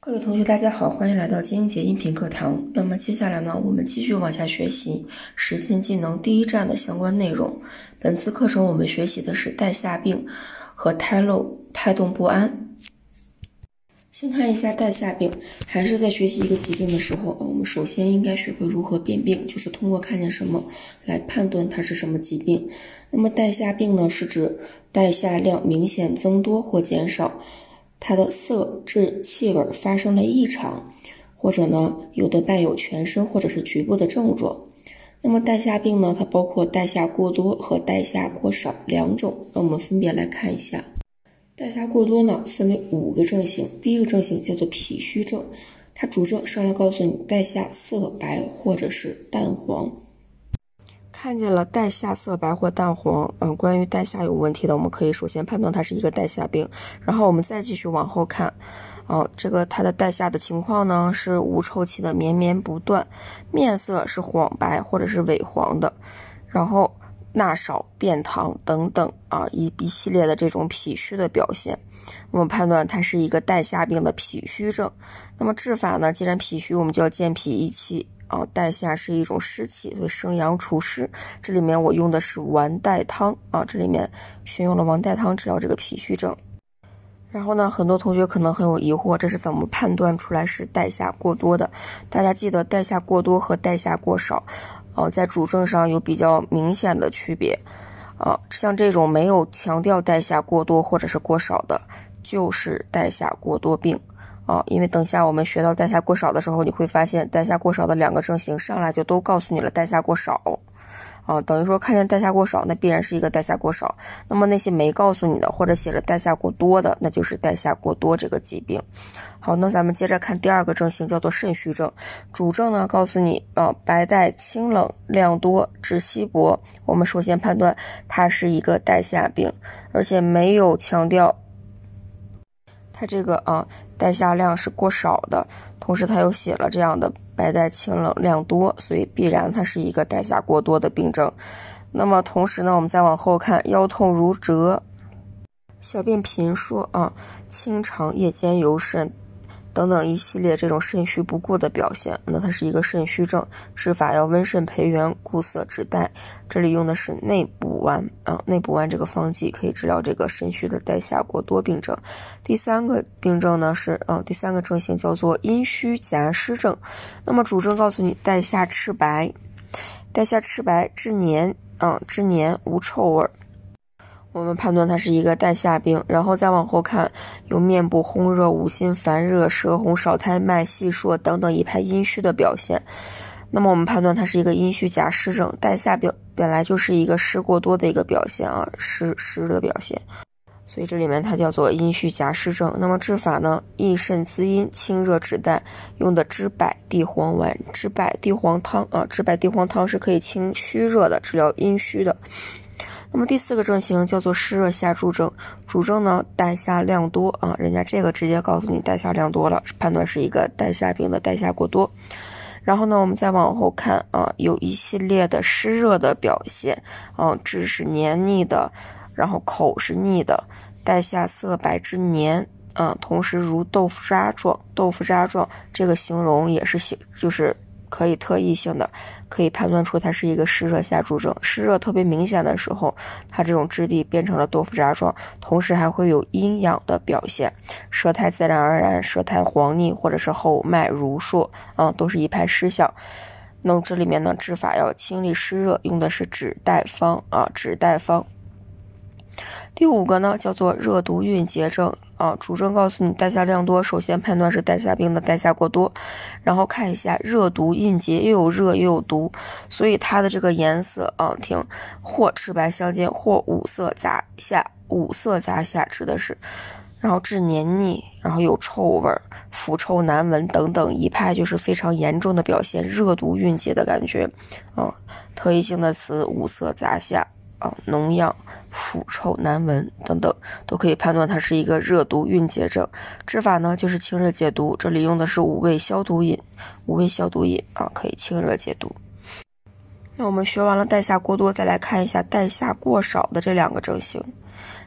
各位同学，大家好，欢迎来到金英杰音频课堂。那么接下来呢，我们继续往下学习实践技能第一站的相关内容。本次课程我们学习的是带下病和胎漏、胎动不安。先看一下带下病，还是在学习一个疾病的时候，我们首先应该学会如何辨病，就是通过看见什么来判断它是什么疾病。那么带下病呢，是指带下量明显增多或减少，它的色、质、气味发生了异常，或者呢有的伴有全身或者是局部的症状。那么带下病呢，它包括带下过多和带下过少两种，那我们分别来看一下。带下过多呢，分为5个症型。第一个症型叫做脾虚症，它主症上来告诉你带下色白或者是淡黄。看见了带下色白或淡黄，关于带下有问题的，我们可以首先判断它是一个带下病，然后我们再继续往后看，这个它的带下的情况呢是无臭气的绵绵不断，面色是黄白或者是萎黄的，然后纳少、便溏等等一系列的这种脾虚的表现，我们判断它是一个带下病的脾虚症。那么治法呢，既然脾虚，我们就要健脾益气。带下是一种湿气，所以生阳除湿。这里面我用的是丸带汤这里面选用了丸带汤治疗这个脾虚症。然后呢，很多同学可能很有疑惑，这是怎么判断出来是带下过多的？大家记得带下过多和带下过少在主症上有比较明显的区别像这种没有强调带下过多或者是过少的，就是带下过多病因为等下我们学到带下过少的时候，你会发现带下过少的2个症型上来就都告诉你了带下过少等于说看见带下过少，那必然是一个带下过少。那么那些没告诉你的或者写着带下过多的，那就是带下过多这个疾病。好，那咱们接着看第2个症型，叫做肾虚症。主症呢告诉你白带清冷，量多，质稀薄。我们首先判断它是一个带下病，而且没有强调它这个带下量是过少的，同时它又写了这样的白带清冷量多，所以必然它是一个带下过多的病症。那么同时呢，我们再往后看，腰痛如折，小便频数清长夜间游肾等等一系列这种肾虚不固的表现，那它是一个肾虚症。治法要温肾培元，固涩止带。这里用的是内补丸内补丸这个方剂可以治疗这个肾虚的带下过多病症。第3个病症呢是第3个症型叫做阴虚夹湿症。那么主症告诉你带下赤白，带下赤白质黏质黏无臭味。我们判断它是一个带下病，然后再往后看，有面部红热、五心烦热、舌红少苔、脉细数等等一派阴虚的表现。那么我们判断它是一个阴虚夹湿症。带下病本来就是一个湿过多的一个表现湿的表现，所以这里面它叫做阴虚夹湿症。那么治法呢，益肾滋阴，清热止带，用的知柏地黄丸、知柏地黄汤知柏地黄汤是可以清虚热的，治疗阴虚的。那么第4个症型叫做湿热下注症，主症呢带下量多人家这个直接告诉你带下量多了，判断是一个带下病的带下过多。然后呢，我们再往后看有一系列的湿热的表现质是黏腻的，然后口是腻的，带下色白之黏同时如豆腐渣状。豆腐渣状这个形容也是就是可以特异性的，可以判断出它是一个湿热下注症。湿热特别明显的时候，它这种质地变成了豆腐渣状，同时还会有阴阳的表现，舌苔自然而然，舌苔黄腻或者是厚脉如数都是一派湿象。那么这里面呢，治法要清利湿热，用的是止带方止带方。第5个呢叫做热毒蕴结症主症告诉你带下量多，首先判断是带下病的带下过多，然后看一下热毒蕴结，又有热又有毒，所以它的这个颜色听或赤白相间，或五色杂下。五色杂下指的是然后质黏腻，然后有臭味，腐臭难闻等等一派就是非常严重的表现，热毒蕴结的感觉特异性的词五色杂下脓样、腐臭难闻等等，都可以判断它是一个热毒蕴结症。治法呢就是清热解毒，这里用的是五味消毒饮，五味消毒饮可以清热解毒。那我们学完了带下过多，再来看一下带下过少的这2个症型。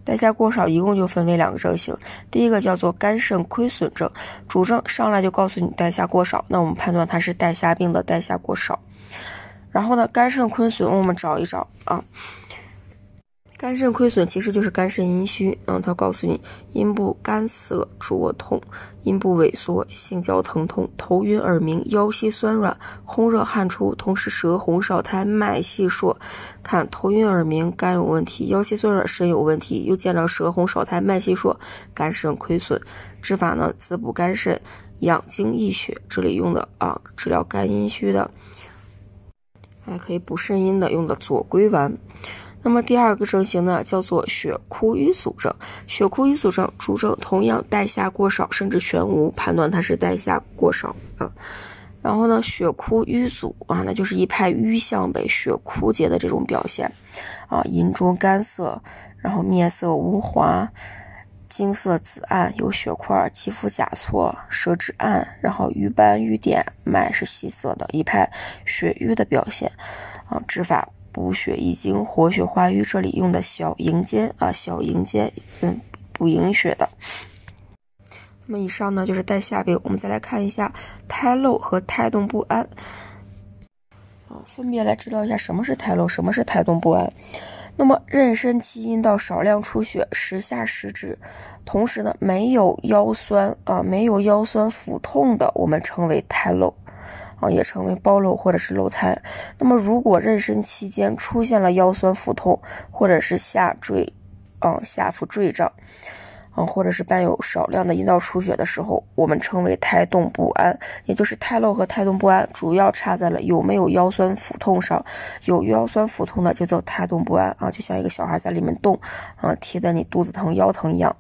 带下过少一共就分为2个症型，第一个叫做肝肾亏损症，主症上来就告诉你带下过少，那我们判断它是带下病的带下过少。然后呢，肝肾亏损我们找一找啊。肝肾亏损其实就是肝肾阴虚，它告诉你阴部干涩、主卧痛、阴部萎缩、性交疼痛、头晕耳鸣、腰膝酸软、烘热汗出，同时舌红少苔、脉细数。看头晕耳鸣，肝有问题；腰膝酸软，肾有问题。又见到舌红少苔、脉细数，肝肾亏损。治法呢，滋补肝肾、养精益血。这里用的治疗肝阴虚的，还可以补肾阴的，用的左归丸。那么第2个症型呢，叫做血枯瘀阻症。血枯瘀阻症主症同样带下过少，甚至全无，判断它是带下过少然后呢，血枯瘀阻那就是一派瘀象呗，血枯结的这种表现阴中干涩，然后面色无华，经色紫暗，有血块，肌肤甲错，舌质暗，然后瘀斑瘀点，脉是细涩的，一派血瘀的表现治法补血益精，活血化瘀，这里用的小银尖小银尖补营血的。那么以上呢就是带下病，我们再来看一下胎漏和胎动不安分别来知道一下什么是胎漏，什么是胎动不安。那么妊娠期阴道少量出血，时下时止，同时呢没有腰酸没有腰酸腹痛的，我们称为胎漏也称为包漏或者是漏胎。那么如果妊娠期间出现了腰酸腹痛，或者是下腹坠胀或者是伴有少量的阴道出血的时候，我们称为胎动不安。也就是胎漏和胎动不安主要差在了有没有腰酸腹痛上，有腰酸腹痛的就叫胎动不安就像一个小孩在里面动贴得你肚子疼腰疼一样。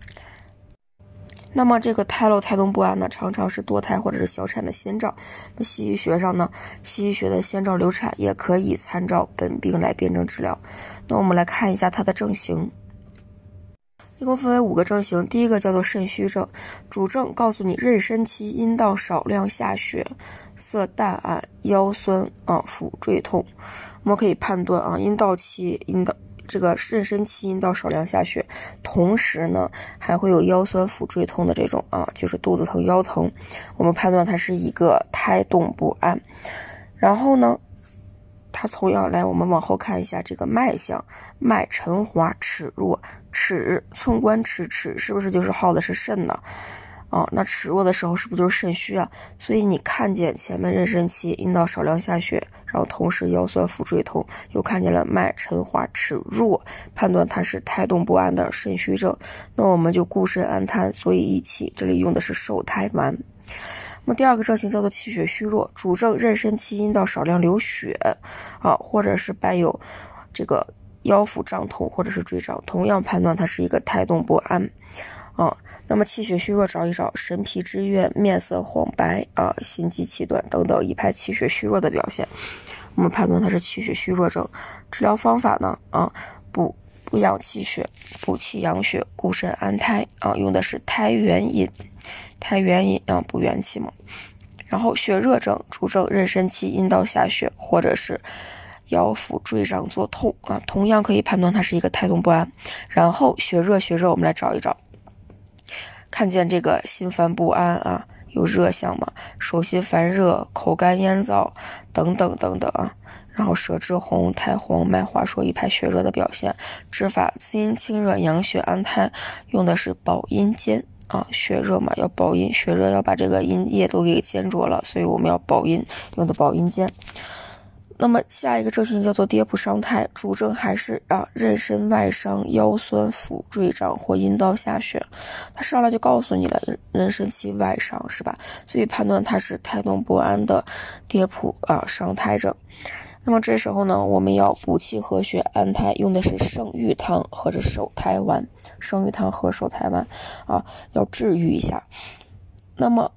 那么这个胎漏胎动不安呢，常常是多胎或者是小产的先兆。那西医学上呢，西医学的先兆流产也可以参照本病来辨证治疗。那我们来看一下它的症型，一共分为5个症型。第一个叫做肾虚症，主症告诉你妊娠期阴道少量下血，色淡暗，腰酸腹坠痛。我们可以判断这个妊娠期阴道少量下血，同时呢还会有腰酸腹坠痛的这种就是肚子疼腰疼，我们判断它是一个胎动不安。然后呢它同样我们往后看一下这个脉象，脉沉滑齿弱，齿寸关齿是不是就是耗的是肾呢那齿弱的时候是不是就是肾虚所以你看见前面妊娠期阴道少量下血，然后同时腰酸腹坠痛，又看见了脉沉滑齿弱，判断它是胎动不安的肾虚症，那我们就固肾安胎，所以益气，这里用的是瘦胎丸。那么第2个症型叫做气血虚弱，主症妊娠期阴道少量流血或者是伴有这个腰腹胀痛或者是坠胀，同样判断它是一个胎动不安那么气血虚弱找一找神疲之怨，面色黄白心悸气短等等，一派气血虚弱的表现，我们判断它是气血虚弱症。治疗方法呢补养气血，补气养血，固肾安胎用的是胎元饮补元气嘛。然后血热症，主症妊娠期阴道下血或者是腰腹坠胀作痛同样可以判断它是一个胎动不安。然后血热我们来找一找，看见这个心烦不安有热象嘛，手心烦热，口干咽燥等等然后舌质红，苔黄，脉滑数，一派血热的表现。治法滋阴清热，养血安胎，用的是保阴煎血热嘛，要保阴，血热要把这个阴液都给煎灼了，所以我们要保阴，用的保阴煎。那么下一个症型叫做跌扑伤胎，主症还是妊娠外伤，腰酸腹坠胀或阴道下血，他上来就告诉你了妊娠期外伤是吧，所以判断它是胎动不安的跌扑伤胎症。那么这时候呢，我们要补气和血安胎，用的是圣玉汤或者手胎丸，圣玉汤和手胎丸要治愈一下。那么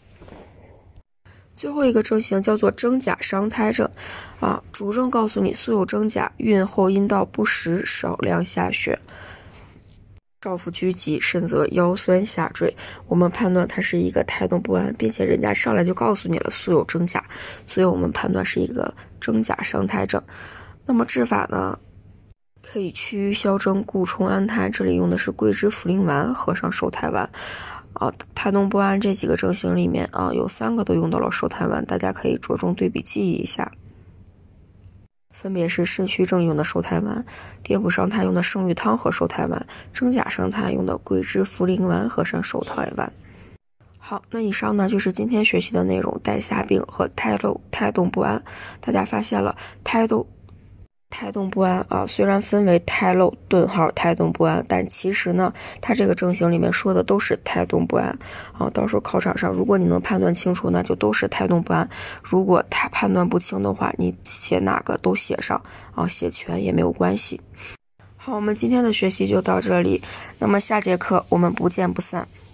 最后一个症型叫做真假伤胎症主症告诉你素有真假，孕后阴道不实，少量下血，少腹拘急，甚则腰酸下坠，我们判断它是一个胎动不安，并且人家上来就告诉你了素有真假，所以我们判断是一个真假伤胎症。那么治法呢， 可以去消征固冲安胎，这里用的是桂枝茯苓丸合上瘦胎丸。胎动不安这几个症型里面有3个都用到了瘦胎丸，大家可以着重对比记忆一下。分别是肾虚症用的瘦胎丸，跌补伤胎用的圣玉汤和瘦胎丸，真假伤胎用的桂枝茯苓丸合上瘦胎丸。好，那以上呢就是今天学习的内容，带下病和胎动不安。大家发现了胎动不安虽然分为胎漏胎动不安，但其实呢它这个症型里面说的都是胎动不安到时候考场上如果你能判断清楚，那就都是胎动不安。如果判断不清的话，你写哪个都写上写全也没有关系。好，我们今天的学习就到这里，那么下节课我们不见不散。